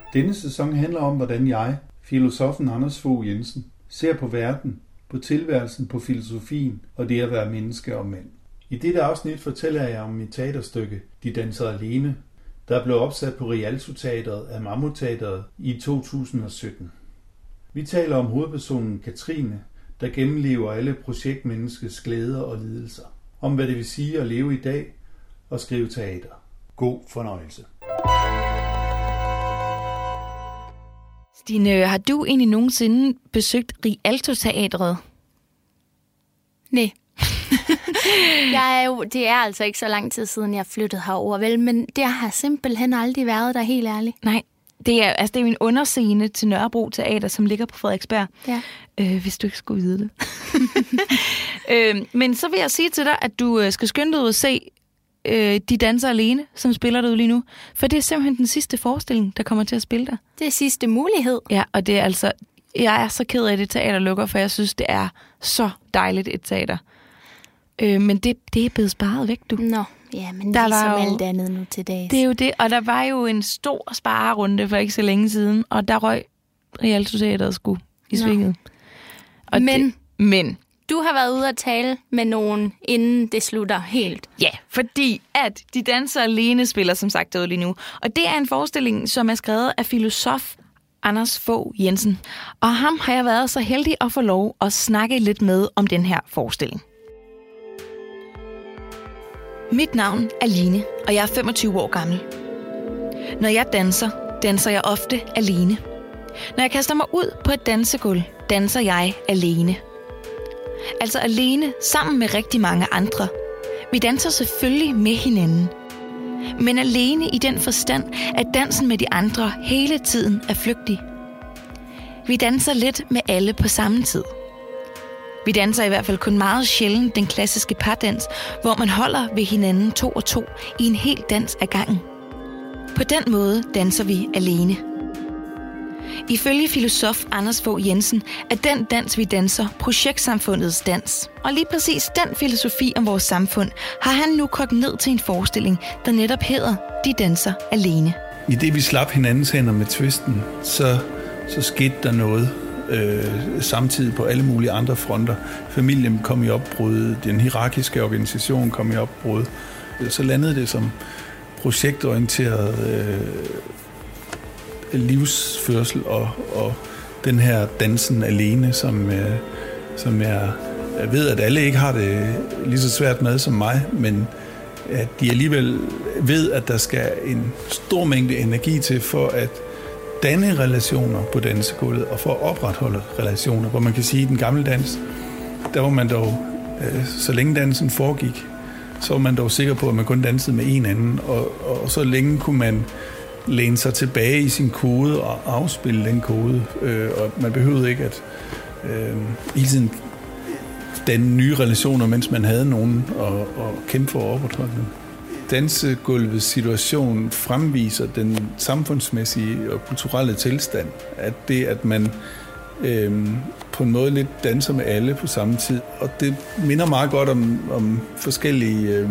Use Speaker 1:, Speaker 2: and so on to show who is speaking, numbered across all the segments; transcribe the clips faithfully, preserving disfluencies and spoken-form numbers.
Speaker 1: Denne sæson handler om, hvordan jeg, filosofen Anders Fogh Jensen, ser på verden, på tilværelsen, på filosofien og det at være menneske og mand. I dette afsnit fortæller jeg om mit teaterstykke, De danser alene, der blev opsat på Rialto-teatret af Mammut-teatret i to tusind og sytten. Vi taler om hovedpersonen Katrine, der gennemlever alle projektmenneskets glæder og lidelser. Om hvad det vil sige at leve i dag og skrive teater. God fornøjelse.
Speaker 2: Stine, har du egentlig nogensinde besøgt Rialto-teatret?
Speaker 3: Nej. jeg er jo, det er altså ikke så lang tid siden, jeg flyttede herover, vel, men det har simpelthen aldrig været der, helt ærligt.
Speaker 2: Nej, det er, altså, det er jo en underscene til Nørrebro Teater, som ligger på Frederiksberg,
Speaker 3: ja.
Speaker 2: øh, hvis du ikke skulle vide det. øh, men så vil jeg sige til dig, at du skal skynde dig ud og se øh, De danser alene, som spiller derude lige nu, for det er simpelthen den sidste forestilling, der kommer til at spille der.
Speaker 3: Det er sidste mulighed.
Speaker 2: Ja, og det er altså, jeg er så ked af, at det teater lukker, for jeg synes, det er så dejligt et teater. Øh, men det, det er blevet sparet væk, du.
Speaker 3: Nå, ja, men
Speaker 2: der
Speaker 3: ligesom
Speaker 2: jo,
Speaker 3: alt andet nu til dags.
Speaker 2: Det er jo det, og der var jo en stor sparerunde for ikke så længe siden, og der røg Rialto-teatret sgu i svinget. Og
Speaker 3: men,
Speaker 2: det, men
Speaker 3: du har været ude at tale med nogen, inden det slutter helt.
Speaker 2: Ja, fordi at De danser alene spiller som sagt derude lige nu. Og det er en forestilling, som er skrevet af filosof Anders Fogh Jensen. Og ham har jeg været så heldig at få lov at snakke lidt med om den her forestilling. Mit navn er Line, og jeg er femogtyve år gammel. Når jeg danser, danser jeg ofte alene. Når jeg kaster mig ud på et dansegulv, danser jeg alene. Altså alene sammen med rigtig mange andre. Vi danser selvfølgelig med hinanden. Men alene i den forstand, at dansen med de andre hele tiden er flygtig. Vi danser lidt med alle på samme tid. Vi danser i hvert fald kun meget sjældent den klassiske pardans, hvor man holder ved hinanden to og to i en hel dans ad gangen. På den måde danser vi alene. Ifølge filosof Anders Fogh Jensen er den dans, vi danser, projektsamfundets dans. Og lige præcis den filosofi om vores samfund har han nu kogt ned til en forestilling, der netop hedder De danser alene.
Speaker 1: I det vi slap hinandens hænder med twisten, så, så skete der noget øh, samtidig på alle mulige andre fronter. Familien kom i opbrud, den hierarkiske organisation kom i opbrud. Så landede det som projektorienteret øh, livsførsel og, og den her dansen alene, som, øh, som jeg, jeg ved, at alle ikke har det lige så svært med som mig, men at de alligevel ved, at der skal en stor mængde energi til for at danne relationer på dansegulvet og for at opretholde relationer, hvor man kan sige, at i den gamle dans, der var man dog, øh, så længe dansen foregik, så var man dog sikker på, at man kun dansede med en anden, og, og så længe kunne man læne sig tilbage i sin kode og afspille den kode, øh, og man behøvede ikke at øh, hele tiden danne nye relationer, mens man havde nogen og, og kæmpe for at opretholde dem. Dansegulvets situation fremviser den samfundsmæssige og kulturelle tilstand, at det, at man øh, på en måde lidt danser med alle på samme tid, og det minder meget godt om, om forskellige øh,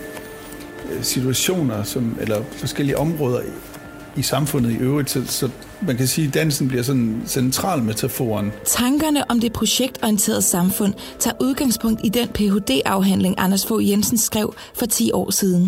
Speaker 1: situationer, som, eller forskellige områder i, i samfundet i øvrigt, så, så man kan sige, at dansen bliver sådan en central metaforen.
Speaker 2: Tankerne om det projektorienterede samfund tager udgangspunkt i den P H D-afhandling, Anders Fogh Jensen skrev for ti år siden.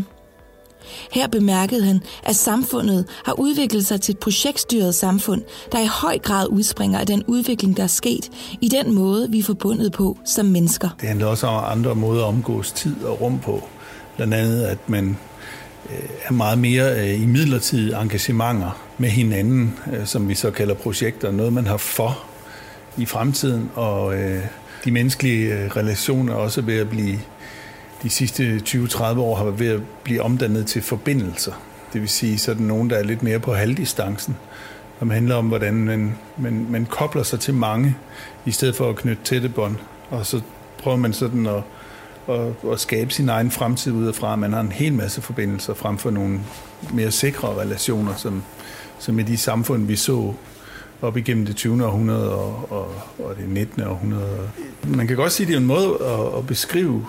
Speaker 2: Her bemærkede han, at samfundet har udviklet sig til et projektstyret samfund, der i høj grad udspringer af den udvikling, der er sket i den måde, vi er forbundet på som mennesker.
Speaker 1: Det handler også om andre måder at omgås tid og rum på. Blandt andet, at man er meget mere i midlertidige engagementer med hinanden, som vi så kalder projekter. Noget, man har for i fremtiden, og de menneskelige relationer også ved at blive de sidste tyve til tredive år har været ved at blive omdannet til forbindelser. Det vil sige sådan nogen, der er lidt mere på halvdistancen, som handler om, hvordan man, man, man kobler sig til mange, i stedet for at knytte tætte bånd. Og så prøver man sådan at, at, at skabe sin egen fremtid udefra. Man har en hel masse forbindelser frem for nogle mere sikre relationer, som, som i de samfund, vi så op igennem det tyvende århundrede og, og, og det nittende århundrede. Man kan godt sige, at det er en måde at, at beskrive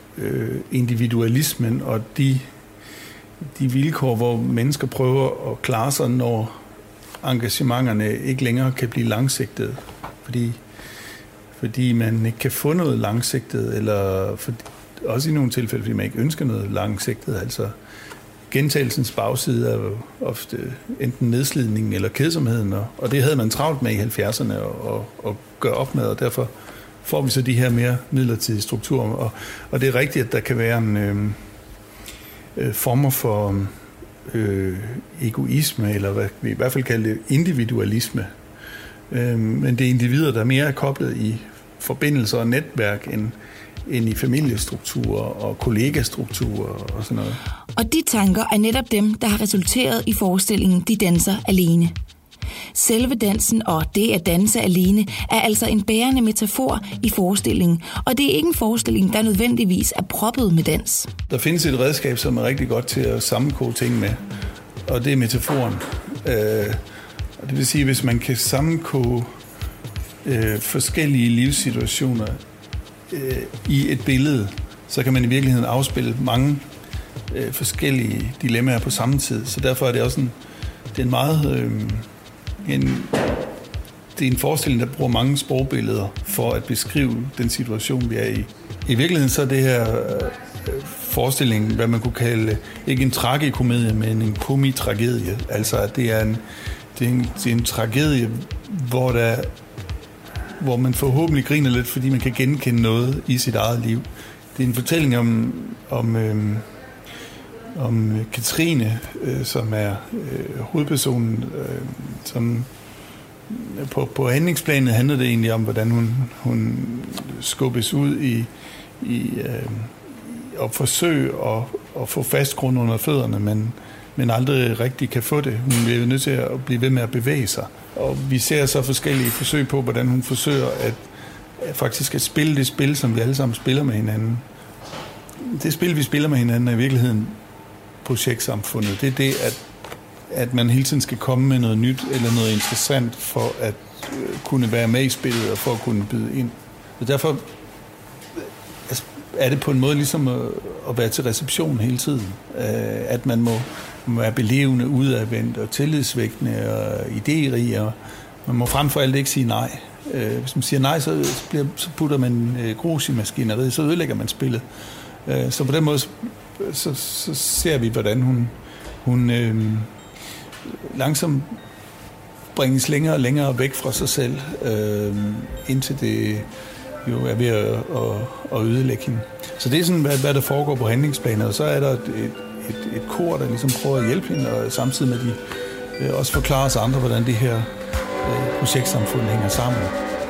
Speaker 1: individualismen og de, de vilkår, hvor mennesker prøver at klare sig, når engagementerne ikke længere kan blive langsigtede, fordi, fordi man ikke kan få noget langsigtet, eller for, også i nogle tilfælde, fordi man ikke ønsker noget langsigtet. Altså gentagelsens bagside er jo ofte enten nedslidningen eller kedsomheden, og, og det havde man travlt med i halvfjerdserne at og gøre op med, og derfor får vi så de her mere midlertidige strukturer. Og, og det er rigtigt, at der kan være en øh, øh, former for øh, egoisme, eller hvad vi i hvert fald kalder det individualisme. Øh, men det er individer, der mere er koblet i forbindelser og netværk, end, end i familiestrukturer og kollegastrukturer og sådan noget.
Speaker 2: Og de tanker er netop dem, der har resulteret i forestillingen De danser alene. Selve dansen og det at danse alene er altså en bærende metafor i forestillingen, og det er ikke en forestilling, der nødvendigvis er proppet med dans.
Speaker 1: Der findes et redskab, som er rigtig godt til at sammenkode ting med, og det er metaforen. Øh, og det vil sige, hvis man kan sammenkode øh, forskellige livssituationer øh, i et billede, så kan man i virkeligheden afspille mange øh, forskellige dilemmaer på samme tid. Så derfor er det også en, det er en meget... Øh, En, det er en forestilling, der bruger mange sprogbilleder for at beskrive den situation, vi er i. I virkeligheden så er det her øh, forestilling, hvad man kunne kalde, ikke en tragikomedie, men en komitragedie. Altså, at det er en, det er en, det er en tragedie, hvor, der, hvor man forhåbentlig griner lidt, fordi man kan genkende noget i sit eget liv. Det er en fortælling om, om, øh, om Katrine, øh, som er øh, hovedpersonen, øh, som på, på handlingsplanet handler det egentlig om, hvordan hun, hun skubbes ud i, i øh, at forsøge at, at få fast grund under fødderne, men, men aldrig rigtig kan få det. Hun bliver nødt til at blive ved med at bevæge sig. Og vi ser så forskellige forsøg på, hvordan hun forsøger at, at faktisk at spille det spil, som vi alle sammen spiller med hinanden. Det spil, vi spiller med hinanden, er i virkeligheden projektsamfundet. Det er det, at, at man hele tiden skal komme med noget nyt eller noget interessant for at øh, kunne være med i spillet og for at kunne byde ind. Og derfor altså, er det på en måde ligesom at, at være til reception hele tiden. Øh, at man må, må være belevende, udadvendt og tillidsvækkende og idérig. Og man må frem for alt ikke sige nej. Øh, hvis man siger nej, så, så, bliver, så putter man øh, grus i maskineriet, så ødelægger man spillet. Øh, så på den måde Så, så ser vi, hvordan hun, hun øh, langsomt bringes længere og længere væk fra sig selv, øh, indtil det jo er ved at, at, at ødelægge hende. Så det er sådan, hvad, hvad der foregår på handlingsplanet, og så er der et, et, et kor, der ligesom prøver at hjælpe hende, og samtidig med, at de øh, også forklarer os andre, hvordan det her øh, projektsamfund hænger sammen.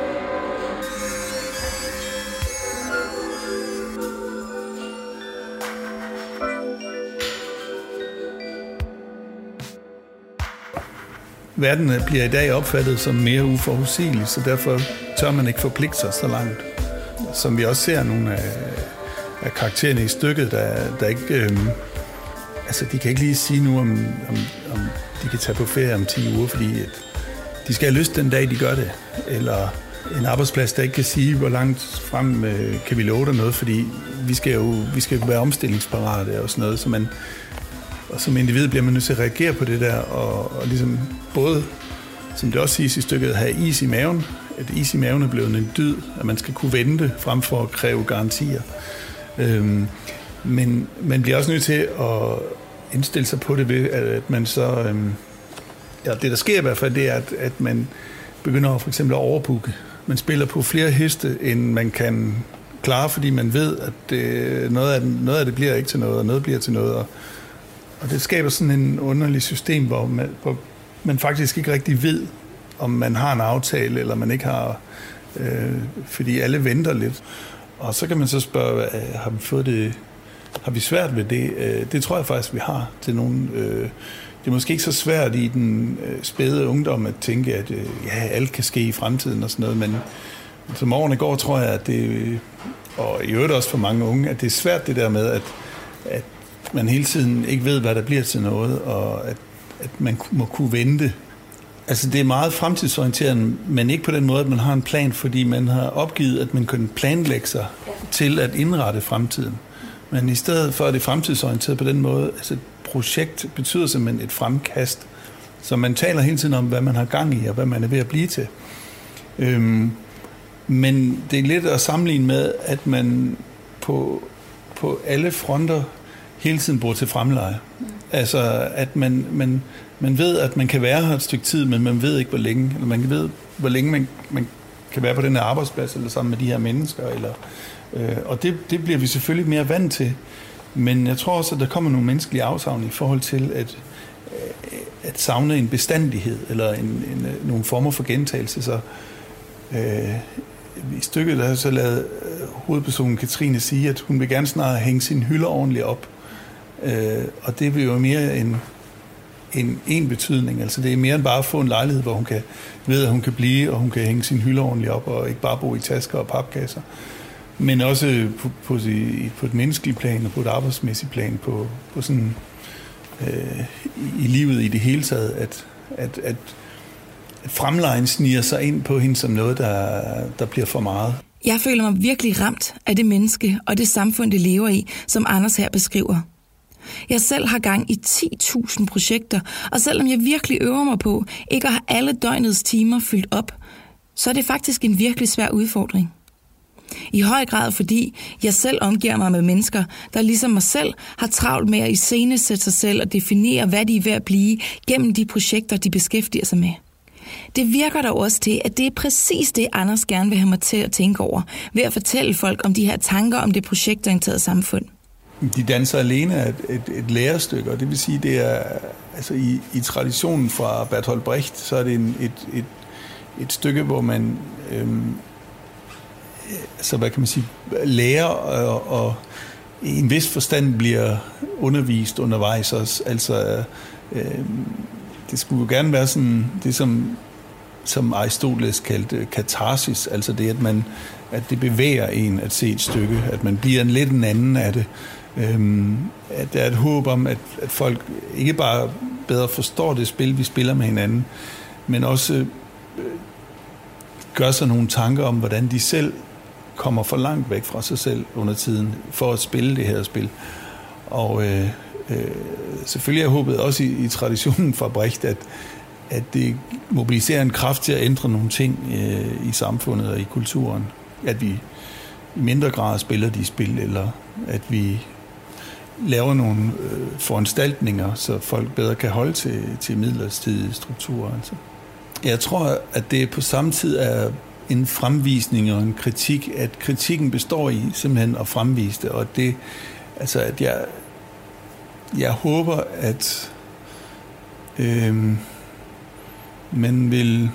Speaker 1: Verden bliver i dag opfattet som mere uforudsigelig, så derfor tør man ikke forpligte sig så langt. Som vi også ser nogle af, af karaktererne i stykket, der, der ikke... Øh, altså, de kan ikke lige sige nu, om, om, om de kan tage på ferie om ti uger, fordi at de skal have lyst den dag, de gør det. Eller en arbejdsplads, der ikke kan sige, hvor langt frem øh, kan vi love dig noget, fordi vi skal jo vi skal være omstillingsparate og sådan noget, så man... Og som individ bliver man nødt til at reagere på det der, og, og ligesom både, som det også siges i stykket, have is i maven. At is i maven er blevet en dyd, at man skal kunne vente frem for at kræve garantier. Øhm, men man bliver også nødt til at indstille sig på det ved, at man så... Øhm, ja, det der sker i hvert fald, det er, at, at man begynder for eksempel at overbooke. Man spiller på flere heste, end man kan klare, fordi man ved, at det, noget, af, noget af det bliver ikke til noget, og noget bliver til noget, og Og det skaber sådan en underlig system, hvor man, hvor man faktisk ikke rigtig ved, om man har en aftale, eller man ikke har, øh, fordi alle venter lidt. Og så kan man så spørge, har vi fået det, har vi svært ved det? Øh, det tror jeg faktisk, vi har til nogen. Øh, det er måske ikke så svært i den øh, spæde ungdom at tænke, at øh, ja, alt kan ske i fremtiden og sådan noget, men som årene går, tror jeg, at det, og i øvrigt også for mange unge, at det er svært det der med, at, at man hele tiden ikke ved, hvad der bliver til noget, og at, at man må kunne vente. Altså, det er meget fremtidsorienteret, men ikke på den måde, at man har en plan, fordi man har opgivet, at man kan planlægge sig til at indrette fremtiden. Men i stedet for, at det er fremtidsorienteret på den måde, altså et projekt betyder simpelthen et fremkast Så man taler hele tiden om, hvad man har gang i, og hvad man er ved at blive til. Øhm, men det er lidt at sammenligne med, at man på, på alle fronter hele tiden bruger til fremleje. Mm. Altså, at man, man, man ved, at man kan være her et stykke tid, men man ved ikke, hvor længe. Eller man ved, hvor længe man, man kan være på den her arbejdsplads, eller sammen med de her mennesker. Eller, øh, og det, det bliver vi selvfølgelig mere vant til. Men jeg tror også, at der kommer nogle menneskelige afsavn i forhold til at, at savne en bestandighed, eller en, en, nogle former for gentagelse. Så øh, i stykket der så lavet hovedpersonen Katrine sige, at hun vil gerne snart hænge sine hylder ordentligt op. Øh, og det vil jo mere en, en, en betydning. Altså det er mere end bare at få en lejlighed, hvor hun kan ved, at hun kan blive, og hun kan hænge sine hylder ordentligt op, og ikke bare bo i tasker og papkasser. Men også på, på, på et menneskeligt plan og på et arbejdsmæssigt plan, på, på sådan, øh, i livet i det hele taget, at, at, at, at fremlejen sniger sig ind på hende som noget, der, der bliver for meget.
Speaker 2: Jeg føler mig virkelig ramt af det menneske og det samfund, det lever i, som Anders her beskriver. Jeg selv har gang i ti tusind projekter, og selvom jeg virkelig øver mig på ikke at have alle døgnets timer fyldt op, så er det faktisk en virkelig svær udfordring. I høj grad fordi jeg selv omgiver mig med mennesker, der ligesom mig selv har travlt med at iscenesætte sig selv og definere, hvad de er ved at blive gennem de projekter, de beskæftiger sig med. Det virker dog også til, at det er præcis det, Anders gerne vil have mig til at tænke over, ved at fortælle folk om de her tanker om det projektorienterede samfund.
Speaker 1: De danser alene er et, et, et lærestykke, og det vil sige, det er altså i, i traditionen fra Bertolt Brecht, så er det en, et, et, et stykke, hvor man øhm, så hvad kan man sige, lærer og, og i en vis forstand bliver undervist undervejs også. Altså, øh, det skulle jo gerne være sådan, det som, som Aristoteles kaldte katarsis, altså det, at, man, at det bevæger en at se et stykke, at man bliver en lidt en anden af det. Øh, at der er et håb om, at, at folk ikke bare bedre forstår det spil, vi spiller med hinanden, men også øh, gør sig nogle tanker om, hvordan de selv kommer for langt væk fra sig selv under tiden for at spille det her spil. Og øh, øh, selvfølgelig er håbet også i, i traditionen fra Brecht, at, at det mobiliserer en kraft til at ændre nogle ting øh, i samfundet og i kulturen. At vi i mindre grad spiller de spil, eller at vi laver nogle øh, foranstaltninger, så folk bedre kan holde til, til midlertidige strukturer. Altså. Jeg tror, at det på samme tid er en fremvisning og en kritik, at kritikken består i simpelthen at fremvise det, og det, altså at jeg, jeg håber, at øh, man vil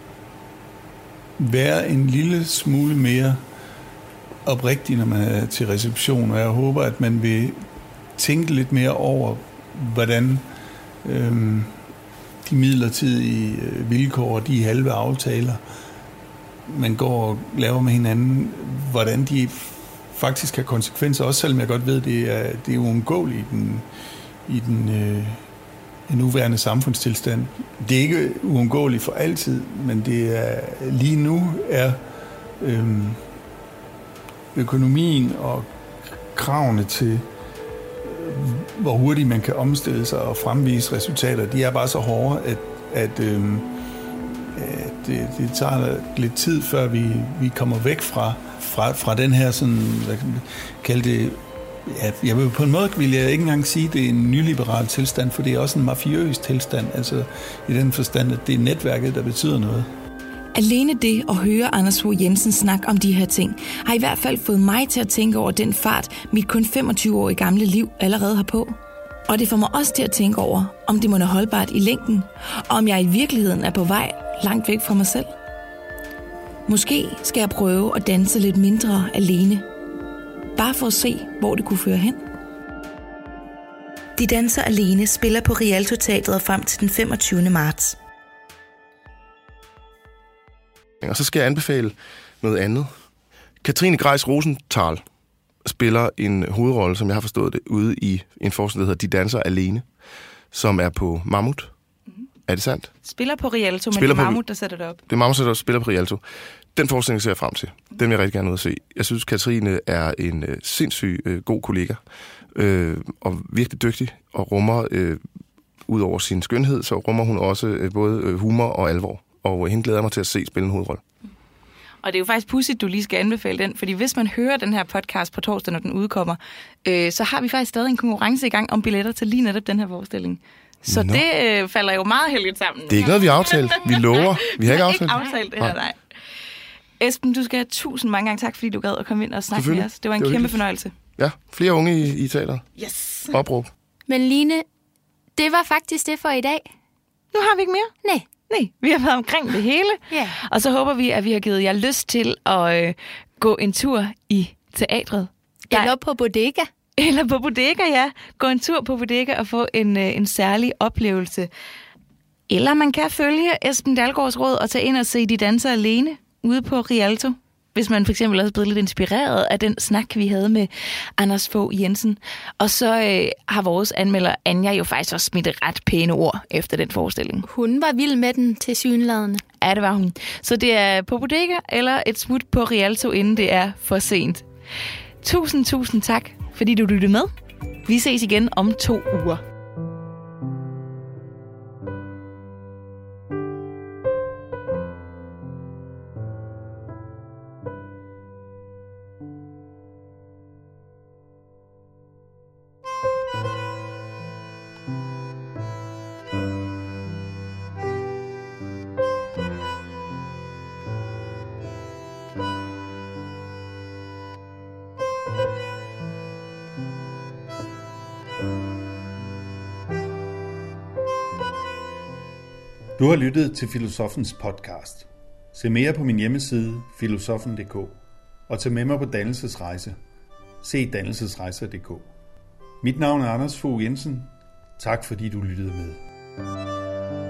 Speaker 1: være en lille smule mere oprigtig, når man er til reception, og jeg håber, at man vil tænke lidt mere over, hvordan øh, de midlertidige vilkår og de halve aftaler, man går og laver med hinanden, hvordan de faktisk har konsekvenser, også selvom jeg godt ved, det er, det er uundgåeligt i den, i den øh, nuværende samfundstilstand. Det er ikke uundgåeligt for altid, men det er lige nu er øh, økonomien og kravene til, øh, hvor hurtigt man kan omstille sig og fremvise resultater, de er bare så hårde, at, at øh, Det, det tager lidt tid, før vi, vi kommer væk fra, fra, fra den her sådan, hvad kan man kalde det, ja, jeg vil på en måde vil jeg ikke engang sige, at det er en nyliberal tilstand, for det er også en mafiøs tilstand, altså i den forstand, at det er netværket, der betyder noget.
Speaker 2: Alene det at høre Anders Fogh Jensen snakke om de her ting, har i hvert fald fået mig til at tænke over den fart, mit kun femogtyve-årige gamle liv allerede har på. Og det får mig også til at tænke over, om det må være holdbart i længden, og om jeg i virkeligheden er på vej langt væk fra mig selv. Måske skal jeg prøve at danse lidt mindre alene, bare for at se, hvor det kunne føre hen. De danser alene spiller på Rialto Teatret frem til den femogtyvende marts.
Speaker 4: Og så skal jeg anbefale noget andet. Katrine Greis Rosenthal spiller en hovedrolle, som jeg har forstået det, ude i en forestilling, der hedder De danser alene, som er på Mammut. Mm-hmm. Er det sandt?
Speaker 2: Spiller på Rialto, men
Speaker 4: spiller
Speaker 2: det er
Speaker 4: på,
Speaker 2: Mammut, der sætter det op.
Speaker 4: Det er Mammut, der spiller på Rialto. Den forestilling ser jeg frem til. Den vil jeg rigtig gerne ud at se. Jeg synes, Katrine er en øh, sindssyg øh, god kollega, øh, og virkelig dygtig, og rummer øh, ud over sin skønhed, så rummer hun også øh, både øh, humor og alvor. Og øh, hende glæder mig til at se spille en hovedrolle.
Speaker 2: Og det er jo faktisk pudsigt, du lige skal anbefale den, fordi hvis man hører den her podcast på torsdag, når den udkommer, øh, så har vi faktisk stadig en konkurrence i gang om billetter til lige netop den her forestilling. Så Nå. det øh, falder jo meget heldigt sammen.
Speaker 4: Det er ikke noget, vi har aftalt. Vi lover. Vi har ikke aftalt.
Speaker 2: ikke aftalt det her, nej. Esben, du skal have tusind mange gange tak, fordi du gad at komme ind og snakke med os. Det var en det var kæmpe hyggeligt. Fornøjelse.
Speaker 4: Ja, flere unge i, i teateret.
Speaker 2: Yes.
Speaker 4: Opråb.
Speaker 3: Men Line, det var faktisk det for i dag.
Speaker 2: Nu har vi ikke mere.
Speaker 3: Nej.
Speaker 2: Nej, vi har været omkring det hele.
Speaker 3: Yeah.
Speaker 2: Og så håber vi, at vi har givet jer lyst til at øh, gå en tur i teatret.
Speaker 3: Der... Eller på bodega.
Speaker 2: Eller på bodega, ja. Gå en tur på bodega og få en, øh, en særlig oplevelse. Eller man kan følge Esben Dalgaards råd og tage ind og se De Danser Alene ude på Rialto. Hvis man for eksempel også er blevet lidt inspireret af den snak, vi havde med Anders Fogh Jensen. Og så øh, har vores anmelder Anja jo faktisk også smidt ret pæne ord efter den forestilling.
Speaker 3: Hun var vild med den tilsyneladende.
Speaker 2: Ja, det var hun. Så det er på bodega eller et smut på Rialto, inden det er for sent. Tusind, tusind tak, fordi du lyttede med. Vi ses igen om to uger.
Speaker 1: Du har lyttet til Filosofens podcast. Se mere på min hjemmeside filosoffen punktum d k og tag med mig på dannelsesrejse. Se dannelsesrejser punktum d k. Mit navn er Anders Fogh Jensen. Tak fordi du lyttede med.